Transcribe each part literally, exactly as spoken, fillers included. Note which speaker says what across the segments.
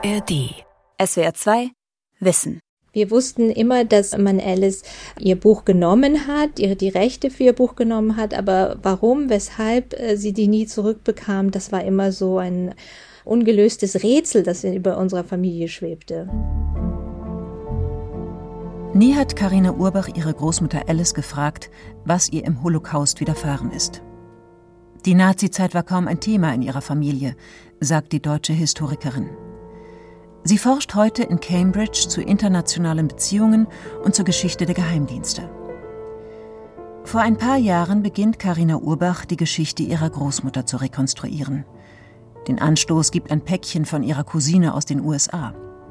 Speaker 1: R D. S W R zwei Wissen.
Speaker 2: Wir wussten immer, dass man Alice ihr Buch genommen hat, ihr die Rechte für ihr Buch genommen hat, aber warum, weshalb sie die nie zurückbekam, das war immer so ein ungelöstes Rätsel, das über unserer Familie schwebte.
Speaker 3: Nie hat Carina Urbach ihre Großmutter Alice gefragt, was ihr im Holocaust widerfahren ist. Die Nazizeit war kaum ein Thema in ihrer Familie, sagt die deutsche Historikerin. Sie forscht heute in Cambridge zu internationalen Beziehungen und zur Geschichte der Geheimdienste. Vor ein paar Jahren beginnt Carina Urbach, die Geschichte ihrer Großmutter zu rekonstruieren. Den Anstoß gibt ein Päckchen von ihrer Cousine aus den U S A.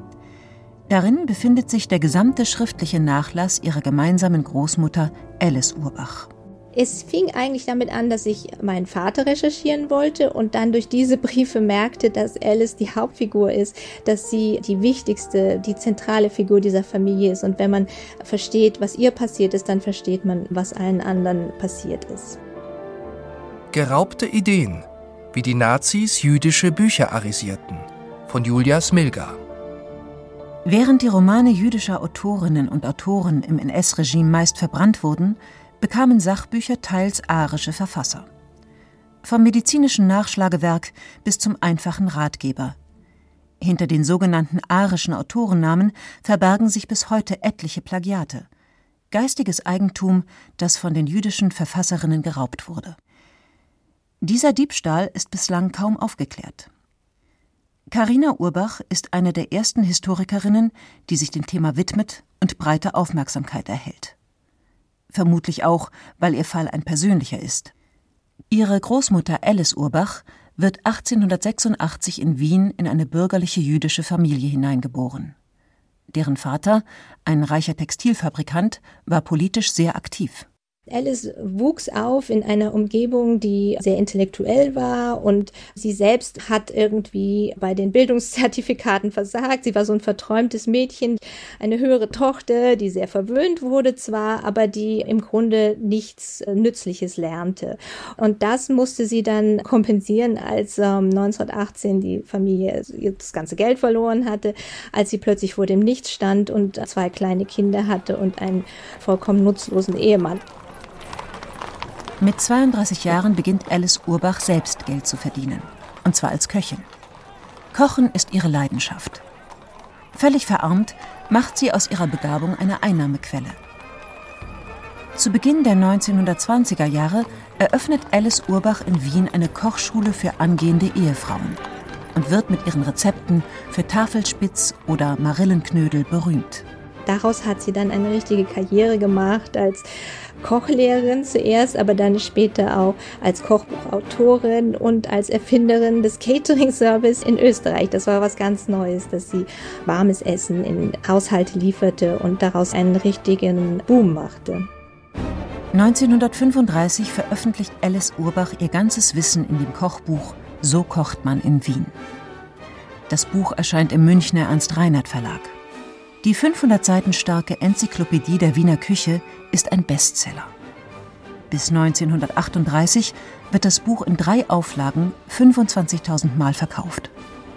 Speaker 3: Darin befindet sich der gesamte schriftliche Nachlass ihrer gemeinsamen Großmutter Alice Urbach.
Speaker 2: Es fing eigentlich damit an, dass ich meinen Vater recherchieren wollte und dann durch diese Briefe merkte, dass Alice die Hauptfigur ist, dass sie die wichtigste, die zentrale Figur dieser Familie ist. Und wenn man versteht, was ihr passiert ist, dann versteht man, was allen anderen passiert ist.
Speaker 4: Geraubte Ideen, wie die Nazis jüdische Bücher arisierten, von Julia Smilga.
Speaker 3: Während die Romane jüdischer Autorinnen und Autoren im N S-Regime meist verbrannt wurden, bekamen Sachbücher teils arische Verfasser. Vom medizinischen Nachschlagewerk bis zum einfachen Ratgeber. Hinter den sogenannten arischen Autorennamen verbergen sich bis heute etliche Plagiate. Geistiges Eigentum, das von den jüdischen Verfasserinnen geraubt wurde. Dieser Diebstahl ist bislang kaum aufgeklärt. Carina Urbach ist eine der ersten Historikerinnen, die sich dem Thema widmet und breite Aufmerksamkeit erhält. Vermutlich auch, weil ihr Fall ein persönlicher ist. Ihre Großmutter Alice Urbach wird achtzehnhundertsechsundachtzig in Wien in eine bürgerliche jüdische Familie hineingeboren. Deren Vater, ein reicher Textilfabrikant, war politisch sehr aktiv.
Speaker 2: Alice wuchs auf in einer Umgebung, die sehr intellektuell war und sie selbst hat irgendwie bei den Bildungszertifikaten versagt. Sie war so ein verträumtes Mädchen, eine höhere Tochter, die sehr verwöhnt wurde zwar, aber die im Grunde nichts Nützliches lernte. Und das musste sie dann kompensieren, als ähm, neunzehnhundertachtzehn die Familie das ganze Geld verloren hatte, als sie plötzlich vor dem Nichts stand und zwei kleine Kinder hatte und einen vollkommen nutzlosen Ehemann.
Speaker 3: Mit zweiunddreißig Jahren beginnt Alice Urbach selbst Geld zu verdienen, und zwar als Köchin. Kochen ist ihre Leidenschaft. Völlig verarmt macht sie aus ihrer Begabung eine Einnahmequelle. Zu Beginn der neunzehnhundertzwanziger Jahre eröffnet Alice Urbach in Wien eine Kochschule für angehende Ehefrauen und wird mit ihren Rezepten für Tafelspitz oder Marillenknödel berühmt.
Speaker 2: Daraus hat sie dann eine richtige Karriere gemacht als Kochlehrerin zuerst, aber dann später auch als Kochbuchautorin und als Erfinderin des Catering-Service in Österreich. Das war was ganz Neues, dass sie warmes Essen in Haushalte lieferte und daraus einen richtigen Boom machte.
Speaker 3: neunzehnhundertfünfunddreißig veröffentlicht Alice Urbach ihr ganzes Wissen in dem Kochbuch »So kocht man in Wien«. Das Buch erscheint im Münchner Ernst-Reinert-Verlag. Die fünfhundert Seiten starke Enzyklopädie der Wiener Küche ist ein Bestseller. Bis neunzehnhundertachtunddreißig wird das Buch in drei Auflagen fünfundzwanzigtausend Mal verkauft.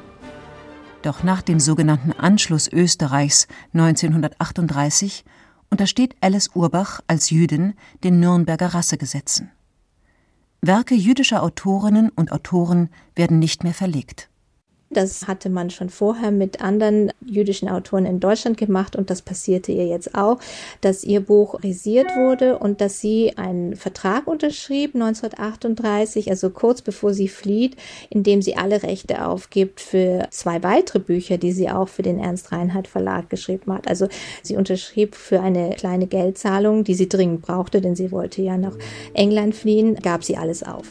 Speaker 3: Doch nach dem sogenannten Anschluss Österreichs neunzehnhundertachtunddreißig untersteht Alice Urbach als Jüdin den Nürnberger Rassegesetzen. Werke jüdischer Autorinnen und Autoren werden nicht mehr verlegt.
Speaker 2: Das hatte man schon vorher mit anderen jüdischen Autoren in Deutschland gemacht und das passierte ihr jetzt auch, dass ihr Buch risiert wurde und dass sie einen Vertrag unterschrieb neunzehnhundertachtunddreißig, also kurz bevor sie flieht, in dem sie alle Rechte aufgibt für zwei weitere Bücher, die sie auch für den Ernst-Reinhardt-Verlag geschrieben hat. Also sie unterschrieb für eine kleine Geldzahlung, die sie dringend brauchte, denn sie wollte ja nach England fliehen, gab sie alles auf.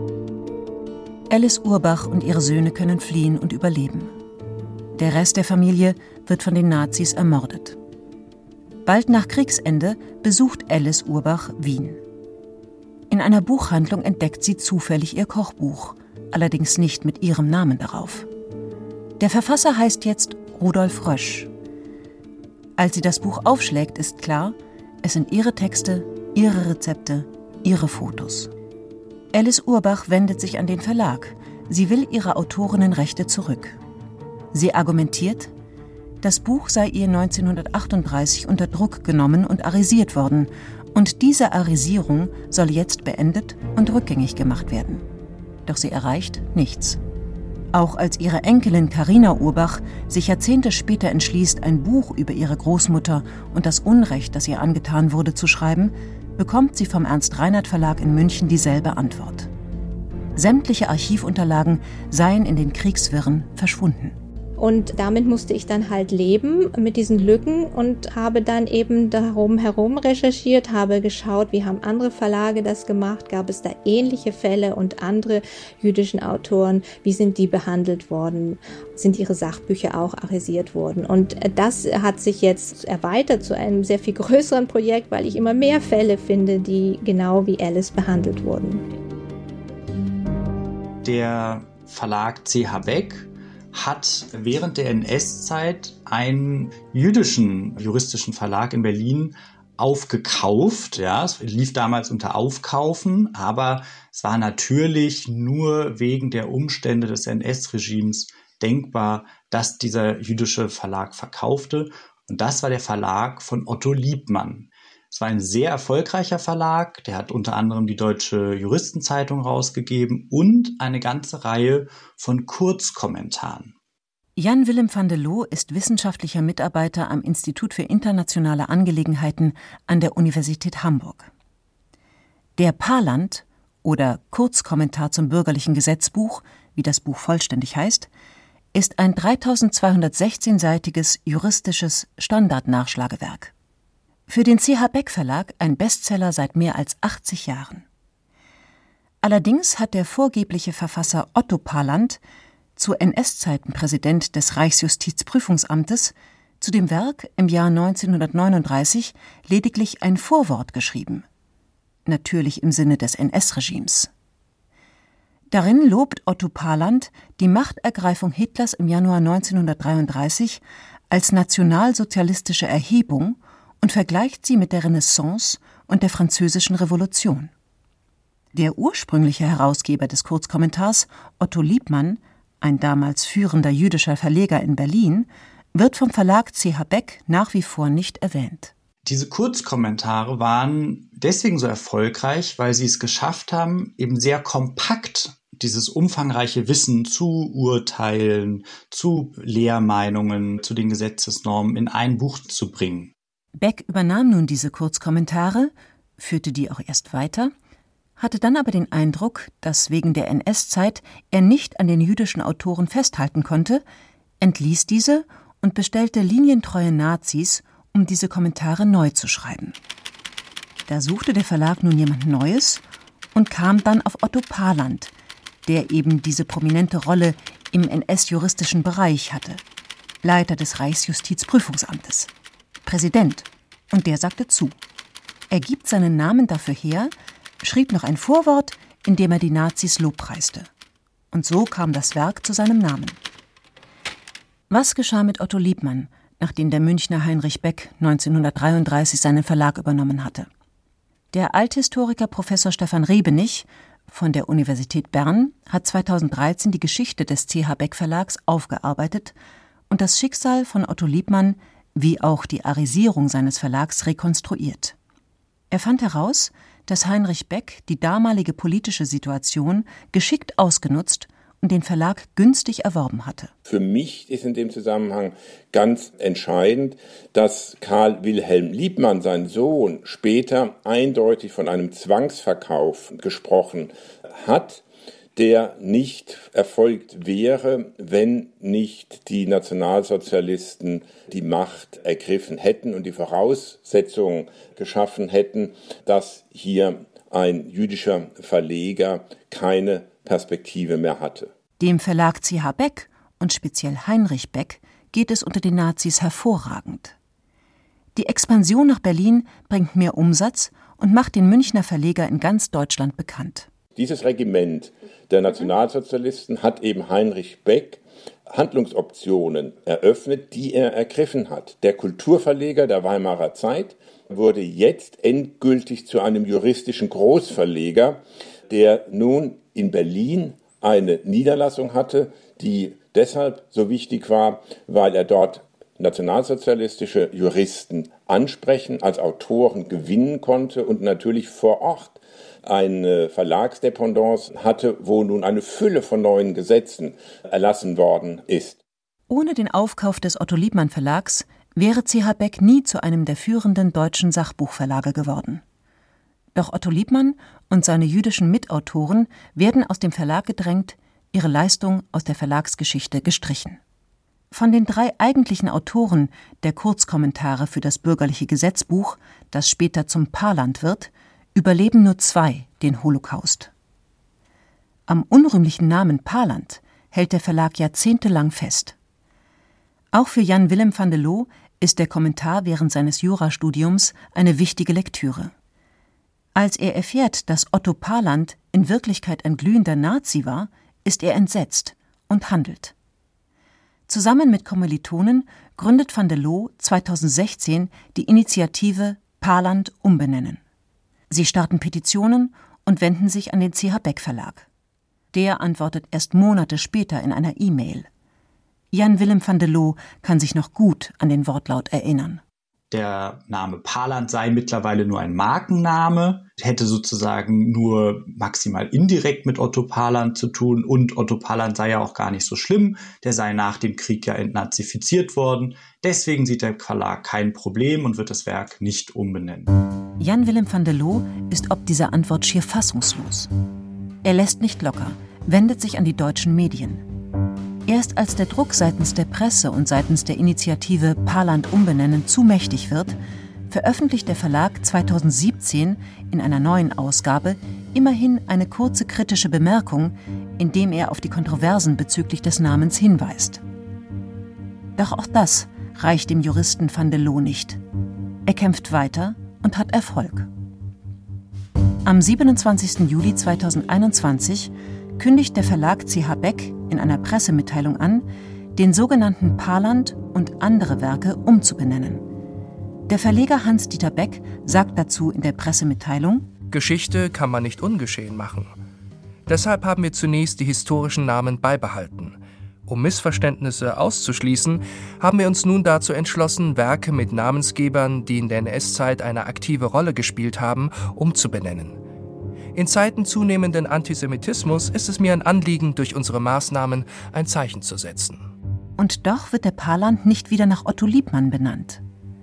Speaker 3: Alice Urbach und ihre Söhne können fliehen und überleben. Der Rest der Familie wird von den Nazis ermordet. Bald nach Kriegsende besucht Alice Urbach Wien. In einer Buchhandlung entdeckt sie zufällig ihr Kochbuch, allerdings nicht mit ihrem Namen darauf. Der Verfasser heißt jetzt Rudolf Rösch. Als sie das Buch aufschlägt, ist klar, es sind ihre Texte, ihre Rezepte, ihre Fotos. Alice Urbach wendet sich an den Verlag. Sie will ihre Autorinnenrechte zurück. Sie argumentiert, das Buch sei ihr neunzehnhundertachtunddreißig unter Druck genommen und arisiert worden, und diese Arisierung soll jetzt beendet und rückgängig gemacht werden. Doch sie erreicht nichts. Auch als ihre Enkelin Carina Urbach sich Jahrzehnte später entschließt, ein Buch über ihre Großmutter und das Unrecht, das ihr angetan wurde, zu schreiben, bekommt sie vom Ernst-Reinhardt-Verlag in München dieselbe Antwort. Sämtliche Archivunterlagen seien in den Kriegswirren verschwunden.
Speaker 2: Und damit musste ich dann halt leben mit diesen Lücken und habe dann eben darum herum recherchiert, habe geschaut, wie haben andere Verlage das gemacht, gab es da ähnliche Fälle und andere jüdischen Autoren, wie sind die behandelt worden, sind ihre Sachbücher auch arisiert worden. Und das hat sich jetzt erweitert zu einem sehr viel größeren Projekt, weil ich immer mehr Fälle finde, die genau wie Alice behandelt wurden.
Speaker 5: Der Verlag C H Beck hat während der N S-Zeit einen jüdischen juristischen Verlag in Berlin aufgekauft. Ja, es lief damals unter Aufkaufen, aber es war natürlich nur wegen der Umstände des N S-Regimes denkbar, dass dieser jüdische Verlag verkaufte. Und das war der Verlag von Otto Liebmann. Es war ein sehr erfolgreicher Verlag, der hat unter anderem die Deutsche Juristenzeitung rausgegeben und eine ganze Reihe von Kurzkommentaren.
Speaker 3: Jan Willem van de Loo ist wissenschaftlicher Mitarbeiter am Institut für internationale Angelegenheiten an der Universität Hamburg. Der Parland oder Kurzkommentar zum Bürgerlichen Gesetzbuch, wie das Buch vollständig heißt, ist ein dreitausendzweihundertsechzehn-seitiges juristisches Standardnachschlagewerk. Für den C H Beck Verlag ein Bestseller seit mehr als achtzig Jahren. Allerdings hat der vorgebliche Verfasser Otto Parland, zu N S-Zeiten Präsident des Reichsjustizprüfungsamtes, zu dem Werk im Jahr neunzehnhundertneununddreißig lediglich ein Vorwort geschrieben. Natürlich im Sinne des N S-Regimes. Darin lobt Otto Parland die Machtergreifung Hitlers im Januar neunzehnhundertdreiunddreißig als nationalsozialistische Erhebung und vergleicht sie mit der Renaissance und der Französischen Revolution. Der ursprüngliche Herausgeber des Kurzkommentars, Otto Liebmann, ein damals führender jüdischer Verleger in Berlin, wird vom Verlag C H Beck nach wie vor nicht erwähnt.
Speaker 5: Diese Kurzkommentare waren deswegen so erfolgreich, weil sie es geschafft haben, eben sehr kompakt dieses umfangreiche Wissen zu Urteilen, zu Lehrmeinungen, zu den Gesetzesnormen in ein Buch zu bringen.
Speaker 3: Beck übernahm nun diese Kurzkommentare, führte die auch erst weiter, hatte dann aber den Eindruck, dass wegen der N S-Zeit er nicht an den jüdischen Autoren festhalten konnte, entließ diese und bestellte linientreue Nazis, um diese Kommentare neu zu schreiben. Da suchte der Verlag nun jemand Neues und kam dann auf Otto Parland, der eben diese prominente Rolle im N S-juristischen Bereich hatte, Leiter des Reichsjustizprüfungsamtes. Präsident, und der sagte zu. Er gibt seinen Namen dafür her, schrieb noch ein Vorwort, in dem er die Nazis lobpreiste. Und so kam das Werk zu seinem Namen. Was geschah mit Otto Liebmann, nachdem der Münchner Heinrich Beck neunzehnhundertdreiunddreißig seinen Verlag übernommen hatte? Der Althistoriker Professor Stefan Rebenich von der Universität Bern hat zweitausenddreizehn die Geschichte des C H Beck Verlags aufgearbeitet und das Schicksal von Otto Liebmann wie auch die Arisierung seines Verlags rekonstruiert. Er fand heraus, dass Heinrich Beck die damalige politische Situation geschickt ausgenutzt und den Verlag günstig erworben hatte.
Speaker 6: Für mich ist in dem Zusammenhang ganz entscheidend, dass Karl Wilhelm Liebmann, sein Sohn, später eindeutig von einem Zwangsverkauf gesprochen hat, der nicht erfolgt wäre, wenn nicht die Nationalsozialisten die Macht ergriffen hätten und die Voraussetzungen geschaffen hätten, dass hier ein jüdischer Verleger keine Perspektive mehr hatte.
Speaker 3: Dem Verlag C H Beck und speziell Heinrich Beck geht es unter den Nazis hervorragend. Die Expansion nach Berlin bringt mehr Umsatz und macht den Münchner Verleger in ganz Deutschland bekannt.
Speaker 6: Dieses Regiment der Nationalsozialisten hat eben Heinrich Beck Handlungsoptionen eröffnet, die er ergriffen hat. Der Kulturverleger der Weimarer Zeit wurde jetzt endgültig zu einem juristischen Großverleger, der nun in Berlin eine Niederlassung hatte, die deshalb so wichtig war, weil er dort nationalsozialistische Juristen ansprechen, als Autoren gewinnen konnte und natürlich vor Ort eine Verlagsdependance hatte, wo nun eine Fülle von neuen Gesetzen erlassen worden ist.
Speaker 3: Ohne den Aufkauf des Otto-Liebmann-Verlags wäre C H. Beck nie zu einem der führenden deutschen Sachbuchverlage geworden. Doch Otto Liebmann und seine jüdischen Mitautoren werden aus dem Verlag gedrängt, ihre Leistung aus der Verlagsgeschichte gestrichen. Von den drei eigentlichen Autoren der Kurzkommentare für das bürgerliche Gesetzbuch, das später zum Parland wird, überleben nur zwei den Holocaust. Am unrühmlichen Namen Parland hält der Verlag jahrzehntelang fest. Auch für Jan Willem van de Loo ist der Kommentar während seines Jurastudiums eine wichtige Lektüre. Als er erfährt, dass Otto Parland in Wirklichkeit ein glühender Nazi war, ist er entsetzt und handelt. Zusammen mit Kommilitonen gründet van de Loo zweitausendsechzehn die Initiative Parland umbenennen. Sie starten Petitionen und wenden sich an den C H. Beck Verlag. Der antwortet erst Monate später in einer E-Mail. Jan Willem van de Loo kann sich noch gut an den Wortlaut erinnern.
Speaker 5: Der Name Parland sei mittlerweile nur ein Markenname, hätte sozusagen nur maximal indirekt mit Otto Parland zu tun und Otto Parland sei ja auch gar nicht so schlimm, der sei nach dem Krieg ja entnazifiziert worden. Deswegen sieht der Verlag kein Problem und wird das Werk nicht umbenennen.
Speaker 3: Jan Willem van de Loo ist ob dieser Antwort schier fassungslos. Er lässt nicht locker, wendet sich an die deutschen Medien. Erst als der Druck seitens der Presse und seitens der Initiative Parland umbenennen zu mächtig wird, veröffentlicht der Verlag zweitausendsiebzehn in einer neuen Ausgabe immerhin eine kurze kritische Bemerkung, in dem er auf die Kontroversen bezüglich des Namens hinweist. Doch auch das reicht dem Juristen van de Loo nicht. Er kämpft weiter und hat Erfolg. Am siebenundzwanzigsten Juli zweitausendeinundzwanzig kündigt der Verlag C H. Beck in einer Pressemitteilung an, den sogenannten Parland und andere Werke umzubenennen. Der Verleger Hans-Dieter Beck sagt dazu in der Pressemitteilung:
Speaker 4: Geschichte kann man nicht ungeschehen machen. Deshalb haben wir zunächst die historischen Namen beibehalten. Um Missverständnisse auszuschließen, haben wir uns nun dazu entschlossen, Werke mit Namensgebern, die in der N S-Zeit eine aktive Rolle gespielt haben, umzubenennen. In Zeiten zunehmenden Antisemitismus ist es mir ein Anliegen, durch unsere Maßnahmen ein Zeichen zu setzen.
Speaker 3: Und doch wird der Parland nicht wieder nach Otto Liebmann benannt.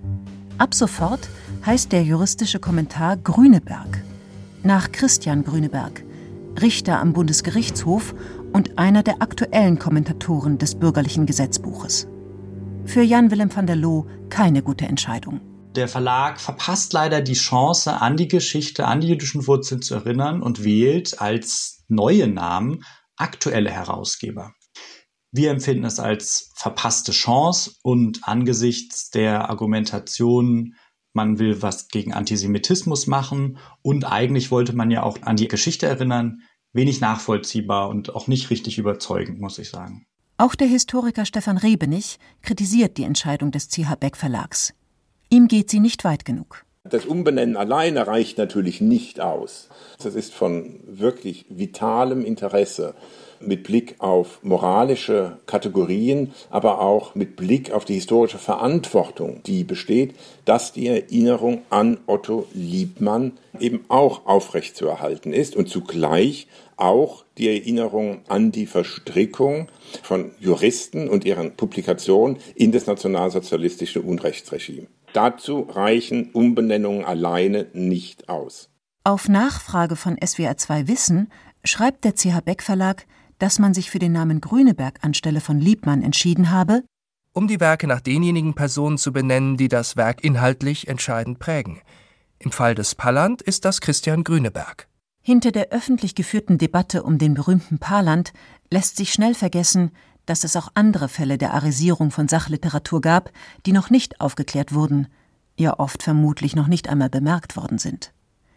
Speaker 3: Ab sofort heißt der juristische Kommentar Grüneberg, nach Christian Grüneberg, Richter am Bundesgerichtshof und einer der aktuellen Kommentatoren des bürgerlichen Gesetzbuches. Für Jan Willem van de Loo keine gute Entscheidung.
Speaker 5: Der Verlag verpasst leider die Chance, an die Geschichte, an die jüdischen Wurzeln zu erinnern und wählt als neue Namen aktuelle Herausgeber. Wir empfinden es als verpasste Chance und angesichts der Argumentation, man will was gegen Antisemitismus machen und eigentlich wollte man ja auch an die Geschichte erinnern, wenig nachvollziehbar und auch nicht richtig überzeugend, muss ich sagen.
Speaker 3: Auch der Historiker Stefan Rebenich kritisiert die Entscheidung des C H. Beck Verlags. Ihm geht sie nicht weit genug.
Speaker 6: Das Umbenennen alleine reicht natürlich nicht aus. Das ist von wirklich vitalem Interesse mit Blick auf moralische Kategorien, aber auch mit Blick auf die historische Verantwortung, die besteht, dass die Erinnerung an Otto Liebmann eben auch aufrechtzuerhalten ist und zugleich auch die Erinnerung an die Verstrickung von Juristen und ihren Publikationen in das nationalsozialistische Unrechtsregime. Dazu reichen Umbenennungen alleine nicht aus.
Speaker 3: Auf Nachfrage von S W R zwei Wissen schreibt der C H. Beck Verlag, dass man sich für den Namen Grüneberg anstelle von Liebmann entschieden habe,
Speaker 4: um die Werke nach denjenigen Personen zu benennen, die das Werk inhaltlich entscheidend prägen. Im Fall des Parland ist das Christian Grüneberg.
Speaker 3: Hinter der öffentlich geführten Debatte um den berühmten Parland lässt sich schnell vergessen, dass es auch andere Fälle der Arisierung von Sachliteratur gab, die noch nicht aufgeklärt wurden, ja oft vermutlich noch nicht einmal bemerkt worden sind.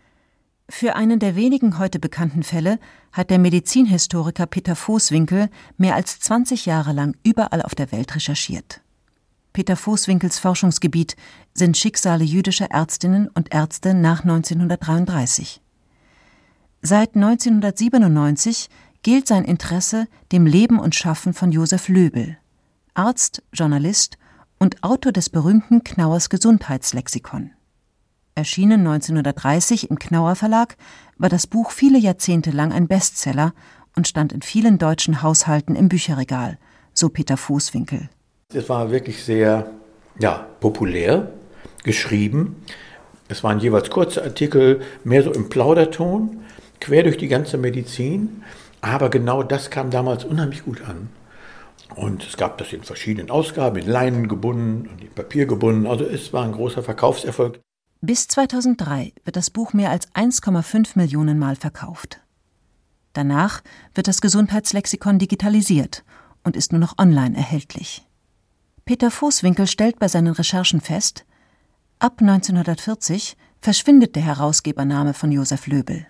Speaker 3: Für einen der wenigen heute bekannten Fälle hat der Medizinhistoriker Peter Voßwinkel mehr als zwanzig Jahre lang überall auf der Welt recherchiert. Peter Voßwinkels Forschungsgebiet sind Schicksale jüdischer Ärztinnen und Ärzte nach neunzehnhundertdreiunddreißig. Seit neunzehnhundertsiebenundneunzig gilt sein Interesse dem Leben und Schaffen von Josef Löbel, Arzt, Journalist und Autor des berühmten Knauers Gesundheitslexikon. Erschienen neunzehnhundertdreißig im Knauer Verlag, war das Buch viele Jahrzehnte lang ein Bestseller und stand in vielen deutschen Haushalten im Bücherregal, so Peter Voßwinkel.
Speaker 7: Es war wirklich sehr ja, populär geschrieben. Es waren jeweils kurze Artikel, mehr so im Plauderton, quer durch die ganze Medizin. Aber genau das kam damals unheimlich gut an. Und es gab das in verschiedenen Ausgaben, in Leinen gebunden und in Papier gebunden. Also es war ein großer Verkaufserfolg.
Speaker 3: Bis zweitausenddrei wird das Buch mehr als eins Komma fünf Millionen Mal verkauft. Danach wird das Gesundheitslexikon digitalisiert und ist nur noch online erhältlich. Peter Voßwinkel stellt bei seinen Recherchen fest, ab neunzehnhundertvierzig verschwindet der Herausgebername von Josef Löbel.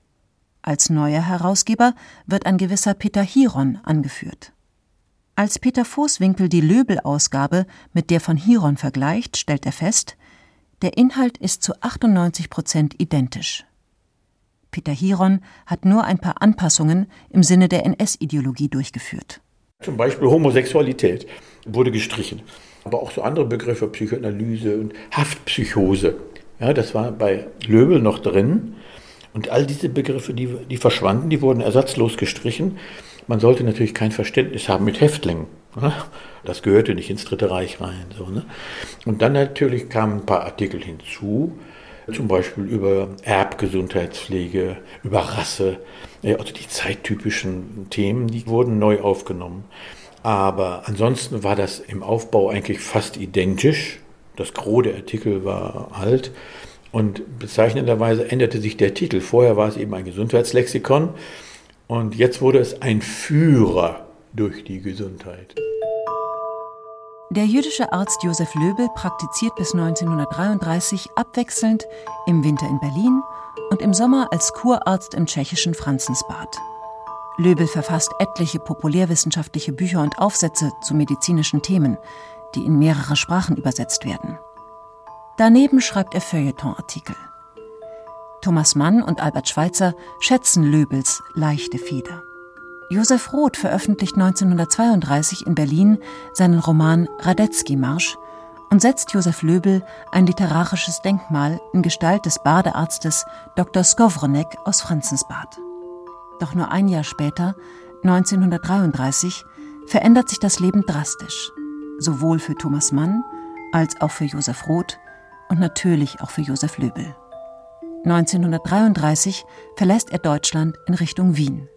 Speaker 3: Als neuer Herausgeber wird ein gewisser Peter Hiron angeführt. Als Peter Voßwinkel die Löbel-Ausgabe mit der von Hiron vergleicht, stellt er fest, der Inhalt ist zu achtundneunzig Prozent identisch. Peter Hiron hat nur ein paar Anpassungen im Sinne der N S-Ideologie durchgeführt.
Speaker 7: Zum Beispiel Homosexualität wurde gestrichen, aber auch so andere Begriffe, Psychoanalyse und Haftpsychose. Ja, das war bei Löbel noch drin. Und all diese Begriffe, die, die verschwanden, die wurden ersatzlos gestrichen. Man sollte natürlich kein Verständnis haben mit Häftlingen. Das gehörte nicht ins Dritte Reich rein. So, ne? Und dann natürlich kamen ein paar Artikel hinzu, zum Beispiel über Erbgesundheitspflege, über Rasse, also die zeittypischen Themen, die wurden neu aufgenommen. Aber ansonsten war das im Aufbau eigentlich fast identisch. Das Gros der Artikel war alt. Und bezeichnenderweise änderte sich der Titel. Vorher war es eben ein Gesundheitslexikon und jetzt wurde es ein Führer durch die Gesundheit.
Speaker 3: Der jüdische Arzt Josef Löbel praktiziert bis neunzehnhundertdreiunddreißig abwechselnd im Winter in Berlin und im Sommer als Kurarzt im tschechischen Franzensbad. Löbel verfasst etliche populärwissenschaftliche Bücher und Aufsätze zu medizinischen Themen, die in mehrere Sprachen übersetzt werden. Daneben schreibt er Feuilleton-Artikel. Thomas Mann und Albert Schweitzer schätzen Löbels leichte Feder. Josef Roth veröffentlicht neunzehnhundertzweiunddreißig in Berlin seinen Roman Radetzky-Marsch und setzt Josef Löbel ein literarisches Denkmal in Gestalt des Badearztes Doktor Skowronek aus Franzensbad. Doch nur ein Jahr später, neunzehnhundertdreiunddreißig, verändert sich das Leben drastisch, sowohl für Thomas Mann als auch für Josef Roth und natürlich auch für Josef Löbel. neunzehnhundertdreiunddreißig verlässt er Deutschland in Richtung Wien.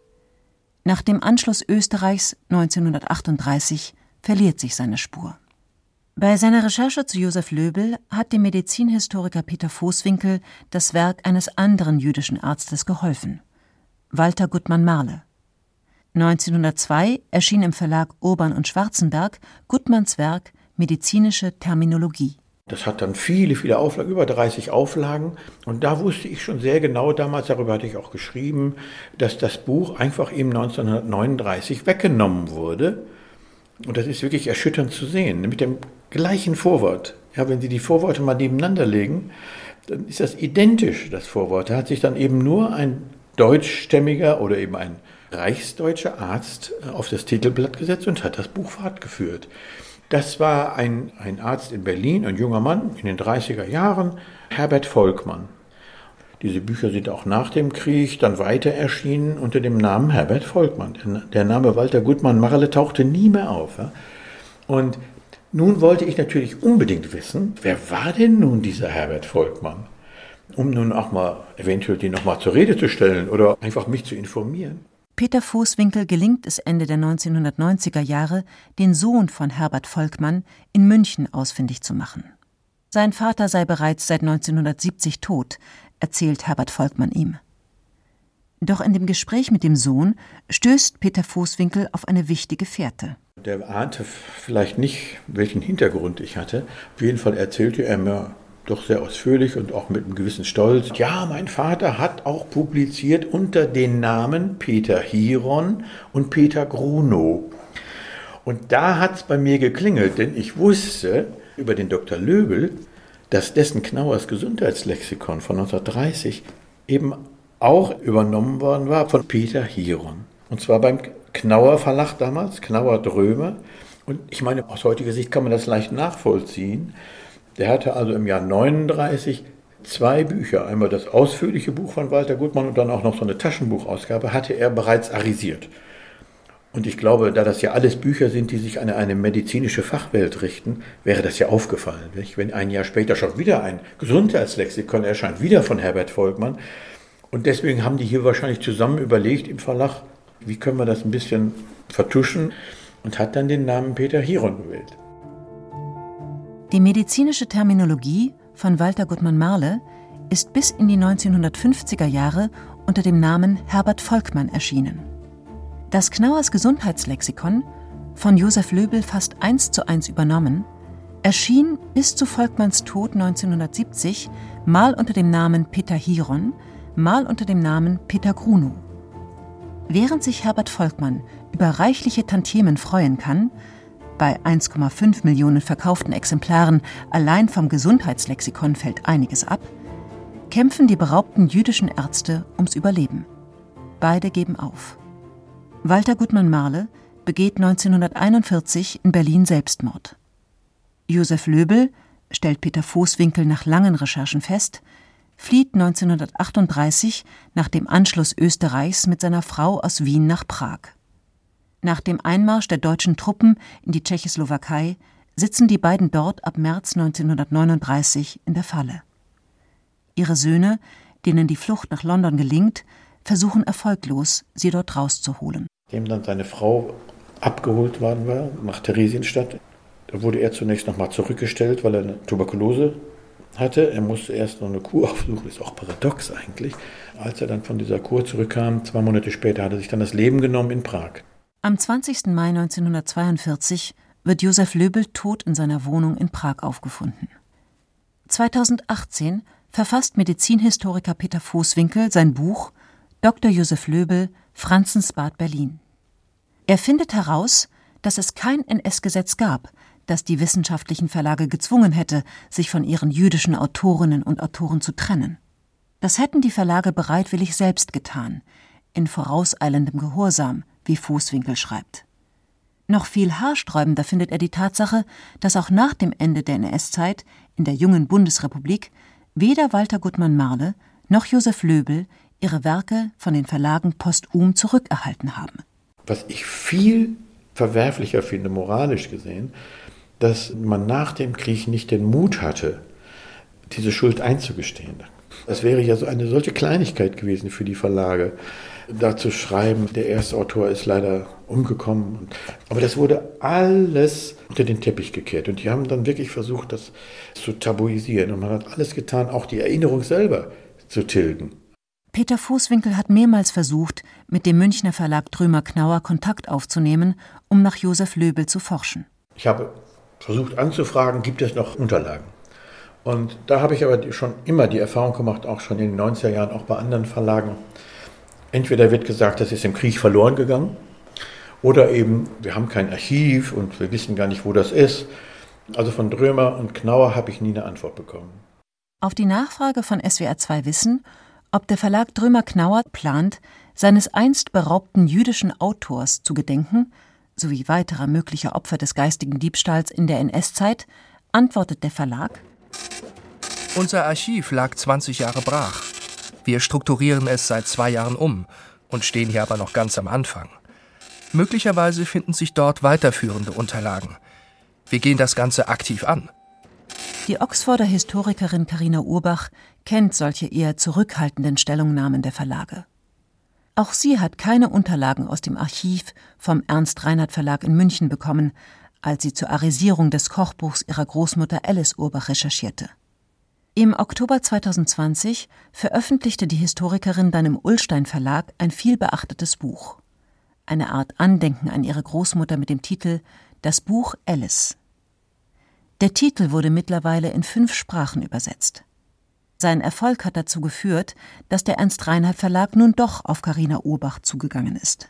Speaker 3: Nach dem Anschluss Österreichs neunzehnhundertachtunddreißig verliert sich seine Spur. Bei seiner Recherche zu Josef Löbel hat dem Medizinhistoriker Peter Voßwinkel das Werk eines anderen jüdischen Arztes geholfen, Walter Guttmann-Marle. neunzehnhundertzwei erschien im Verlag Urban und Schwarzenberg Guttmanns Werk Medizinische Terminologie.
Speaker 7: Das hat dann viele, viele Auflagen, über dreißig Auflagen. Und da wusste ich schon sehr genau, damals, darüber hatte ich auch geschrieben, dass das Buch einfach eben neunzehnhundertneununddreißig weggenommen wurde. Und das ist wirklich erschütternd zu sehen, mit dem gleichen Vorwort. Ja, wenn Sie die Vorworte mal nebeneinander legen, dann ist das identisch, das Vorwort. Da hat sich dann eben nur ein deutschstämmiger oder eben ein reichsdeutscher Arzt auf das Titelblatt gesetzt und hat das Buch fortgeführt. Das war ein, ein Arzt in Berlin, ein junger Mann in den dreißiger Jahren, Herbert Volkmann. Diese Bücher sind auch nach dem Krieg dann weiter erschienen unter dem Namen Herbert Volkmann. Der, der Name Walter Guttmann-Marle tauchte nie mehr auf. Ja? Und nun wollte ich natürlich unbedingt wissen, wer war denn nun dieser Herbert Volkmann? Um nun auch mal eventuell den noch mal zur Rede zu stellen oder einfach mich zu informieren.
Speaker 3: Peter Voßwinkel gelingt es Ende der neunzehnhundertneunziger Jahre, den Sohn von Herbert Volkmann in München ausfindig zu machen. Sein Vater sei bereits seit neunzehnhundertsiebzig tot, erzählt Herbert Volkmann ihm. Doch in dem Gespräch mit dem Sohn stößt Peter Voßwinkel auf eine wichtige Fährte.
Speaker 7: Der ahnte vielleicht nicht, welchen Hintergrund ich hatte. Auf jeden Fall erzählte er mir doch sehr ausführlich und auch mit einem gewissen Stolz. Ja, mein Vater hat auch publiziert unter den Namen Peter Hiron und Peter Grunow. Und da hat es bei mir geklingelt, denn ich wusste über den Doktor Löbel, dass dessen Knauers Gesundheitslexikon von neunzehnhundertdreißig eben auch übernommen worden war von Peter Hieron. Und zwar beim Knauer Verlag damals, Knauer Drömer. Und ich meine, aus heutiger Sicht kann man das leicht nachvollziehen. Der hatte also im Jahr neununddreißig zwei Bücher. Einmal das ausführliche Buch von Walter Gutmann und dann auch noch so eine Taschenbuchausgabe, hatte er bereits arisiert. Und ich glaube, da das ja alles Bücher sind, die sich an eine medizinische Fachwelt richten, wäre das ja aufgefallen. Wenn ein Jahr später schon wieder ein Gesundheitslexikon erscheint, wieder von Herbert Volkmann. Und deswegen haben die hier wahrscheinlich zusammen überlegt im Verlag, wie können wir das ein bisschen vertuschen, und hat dann den Namen Peter Hieron gewählt.
Speaker 3: Die medizinische Terminologie von Walter Guttmann-Marle ist bis in die neunzehnhundertfünfziger Jahre unter dem Namen Herbert Volkmann erschienen. Das Knauers Gesundheitslexikon, von Josef Löbel fast eins zu eins übernommen, erschien bis zu Volkmanns Tod neunzehnhundertsiebzig mal unter dem Namen Peter Hieron, mal unter dem Namen Peter Grunow. Während sich Herbert Volkmann über reichliche Tantiemen freuen kann, bei eins Komma fünf Millionen verkauften Exemplaren allein vom Gesundheitslexikon fällt einiges ab, kämpfen die beraubten jüdischen Ärzte ums Überleben. Beide geben auf. Walter Guttmann-Marle begeht neunzehnhunderteinundvierzig in Berlin Selbstmord. Josef Löbel, stellt Peter Voßwinkel nach langen Recherchen fest, flieht neunzehnhundertachtunddreißig nach dem Anschluss Österreichs mit seiner Frau aus Wien nach Prag. Nach dem Einmarsch der deutschen Truppen in die Tschechoslowakei sitzen die beiden dort ab März neunzehnhundertneununddreißig in der Falle. Ihre Söhne, denen die Flucht nach London gelingt, versuchen erfolglos, sie dort rauszuholen.
Speaker 7: Dem dann seine Frau abgeholt worden war, nach Theresienstadt. Da wurde er zunächst nochmal zurückgestellt, weil er eine Tuberkulose hatte. Er musste erst noch eine Kur aufsuchen, ist auch paradox eigentlich. Als er dann von dieser Kur zurückkam, zwei Monate später, hat er sich dann das Leben genommen in Prag.
Speaker 3: Am zwanzigsten Mai neunzehnhundertzweiundvierzig wird Josef Löbel tot in seiner Wohnung in Prag aufgefunden. zweitausendachtzehn verfasst Medizinhistoriker Peter Voßwinkel sein Buch Doktor Josef Löbel, Franzensbad Berlin. Er findet heraus, dass es kein N S-Gesetz gab, das die wissenschaftlichen Verlage gezwungen hätte, sich von ihren jüdischen Autorinnen und Autoren zu trennen. Das hätten die Verlage bereitwillig selbst getan, in vorauseilendem Gehorsam, wie Voßwinkel schreibt. Noch viel haarsträubender findet er die Tatsache, dass auch nach dem Ende der N S-Zeit in der jungen Bundesrepublik weder Walter Guttmann-Marle noch Josef Löbel ihre Werke von den Verlagen posthum zurückerhalten haben.
Speaker 7: Was ich viel verwerflicher finde, moralisch gesehen, dass man nach dem Krieg nicht den Mut hatte, diese Schuld einzugestehen. Das wäre ja so eine solche Kleinigkeit gewesen für die Verlage, da zu schreiben, der erste Autor ist leider umgekommen. Aber das wurde alles unter den Teppich gekehrt. Und die haben dann wirklich versucht, das zu tabuisieren. Und man hat alles getan, auch die Erinnerung selber zu tilgen.
Speaker 3: Peter Voßwinkel hat mehrmals versucht, mit dem Münchner Verlag Drömer Knauer Kontakt aufzunehmen, um nach Josef Löbel zu forschen.
Speaker 7: Ich habe versucht anzufragen, gibt es noch Unterlagen? Und da habe ich aber schon immer die Erfahrung gemacht, auch schon in den neunziger Jahren, auch bei anderen Verlagen. Entweder wird gesagt, das ist im Krieg verloren gegangen, oder eben, wir haben kein Archiv und wir wissen gar nicht, wo das ist. Also von Drömer und Knauer habe ich nie eine Antwort bekommen.
Speaker 3: Auf die Nachfrage von S W R zwei Wissen, ob der Verlag Drömer Knauer plant, seines einst beraubten jüdischen Autors zu gedenken, sowie weiterer möglicher Opfer des geistigen Diebstahls in der N S-Zeit, antwortet der Verlag:
Speaker 4: Unser Archiv lag zwanzig Jahre brach. Wir strukturieren es seit zwei Jahren um und stehen hier aber noch ganz am Anfang. Möglicherweise finden sich dort weiterführende Unterlagen. Wir gehen das Ganze aktiv an.
Speaker 3: Die Oxforder Historikerin Carina Urbach kennt solche eher zurückhaltenden Stellungnahmen der Verlage. Auch sie hat keine Unterlagen aus dem Archiv vom Ernst-Reinhardt-Verlag in München bekommen, als sie zur Arisierung des Kochbuchs ihrer Großmutter Alice Urbach recherchierte. Im Oktober zweitausendzwanzig veröffentlichte die Historikerin dann im Ullstein Verlag ein vielbeachtetes Buch. Eine Art Andenken an ihre Großmutter mit dem Titel »Das Buch Alice«. Der Titel wurde mittlerweile in fünf Sprachen übersetzt. Sein Erfolg hat dazu geführt, dass der Ernst-Reinhardt-Verlag nun doch auf Carina Urbach zugegangen ist.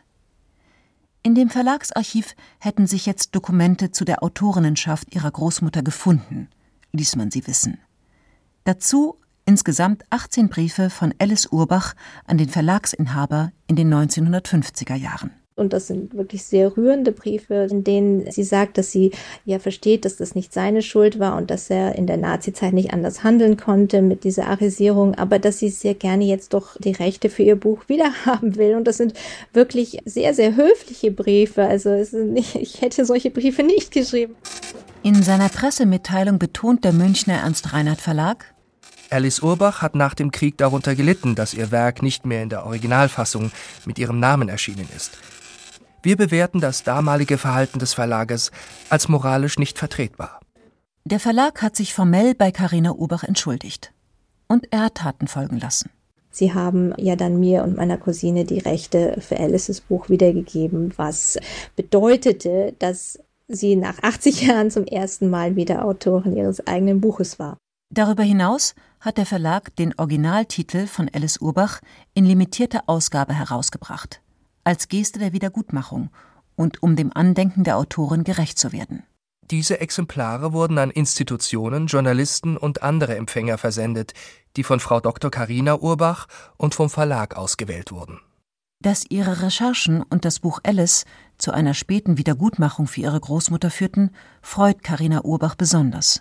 Speaker 3: In dem Verlagsarchiv hätten sich jetzt Dokumente zu der Autorinnenschaft ihrer Großmutter gefunden, ließ man sie wissen. Dazu Insgesamt achtzehn Briefe von Alice Urbach an den Verlagsinhaber in den neunzehnhundertfünfziger Jahren.
Speaker 2: Und das sind wirklich sehr rührende Briefe, in denen sie sagt, dass sie ja versteht, dass das nicht seine Schuld war und dass er in der Nazizeit nicht anders handeln konnte mit dieser Arisierung, aber dass sie sehr gerne jetzt doch die Rechte für ihr Buch wiederhaben will. Und das sind wirklich sehr, sehr höfliche Briefe. Also es ist nicht, ich hätte solche Briefe nicht geschrieben.
Speaker 3: In seiner Pressemitteilung betont der Münchner Ernst Reinhardt Verlag:
Speaker 4: Alice Urbach hat nach dem Krieg darunter gelitten, dass ihr Werk nicht mehr in der Originalfassung mit ihrem Namen erschienen ist. Wir bewerten das damalige Verhalten des Verlages als moralisch nicht vertretbar.
Speaker 3: Der Verlag hat sich formell bei Carina Urbach entschuldigt. Und er hat Taten folgen lassen.
Speaker 2: Sie haben ja dann mir und meiner Cousine die Rechte für Alices Buch wiedergegeben, was bedeutete, dass sie nach achtzig Jahren zum ersten Mal wieder Autorin ihres eigenen Buches war.
Speaker 3: Darüber hinaus hat der Verlag den Originaltitel von Alice Urbach in limitierter Ausgabe herausgebracht, als Geste der Wiedergutmachung und um dem Andenken der Autorin gerecht zu werden.
Speaker 4: Diese Exemplare wurden an Institutionen, Journalisten und andere Empfänger versendet, die von Frau Doktor Carina Urbach und vom Verlag ausgewählt wurden.
Speaker 3: Dass ihre Recherchen und das Buch Alice zu einer späten Wiedergutmachung für ihre Großmutter führten, freut Carina Urbach besonders.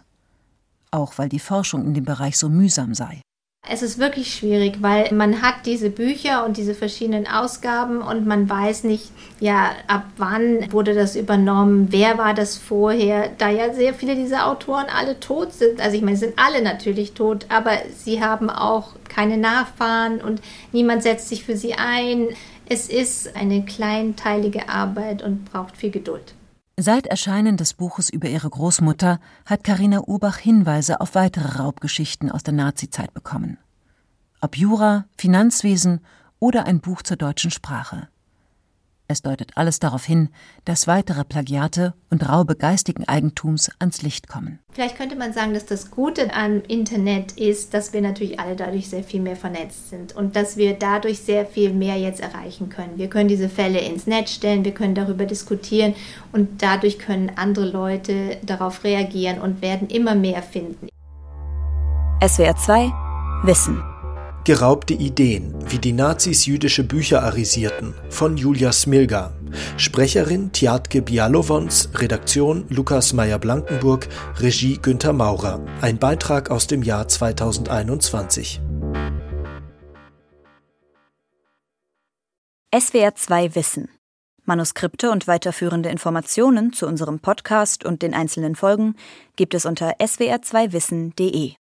Speaker 3: Auch weil die Forschung in dem Bereich so mühsam sei.
Speaker 8: Es ist wirklich schwierig, weil man hat diese Bücher und diese verschiedenen Ausgaben und man weiß nicht, ja, ab wann wurde das übernommen, wer war das vorher, da ja sehr viele dieser Autoren alle tot sind. Also ich meine, sie sind alle natürlich tot, aber sie haben auch keine Nachfahren und niemand setzt sich für sie ein. Es ist eine kleinteilige Arbeit und braucht viel Geduld.
Speaker 3: Seit Erscheinen des Buches über ihre Großmutter hat Carina Urbach Hinweise auf weitere Raubgeschichten aus der Nazizeit bekommen. Ob Jura, Finanzwesen oder ein Buch zur deutschen Sprache. Es deutet alles darauf hin, dass weitere Plagiate und Raube geistigen Eigentums ans Licht kommen.
Speaker 8: Vielleicht könnte man sagen, dass das Gute am Internet ist, dass wir natürlich alle dadurch sehr viel mehr vernetzt sind und dass wir dadurch sehr viel mehr jetzt erreichen können. Wir können diese Fälle ins Netz stellen, wir können darüber diskutieren und dadurch können andere Leute darauf reagieren und werden immer mehr finden.
Speaker 1: S W R zwei Wissen.
Speaker 9: Geraubte Ideen, wie die Nazis jüdische Bücher arisierten, von Julia Smilga. Sprecherin Tjatke Bialowons, Redaktion Lukas Meyer-Blankenburg, Regie Günther Maurer. Ein Beitrag aus dem Jahr zweitausendeinundzwanzig.
Speaker 1: S W R zwei Wissen. Manuskripte und weiterführende Informationen zu unserem Podcast und den einzelnen Folgen gibt es unter s w r zwei wissen punkt d e.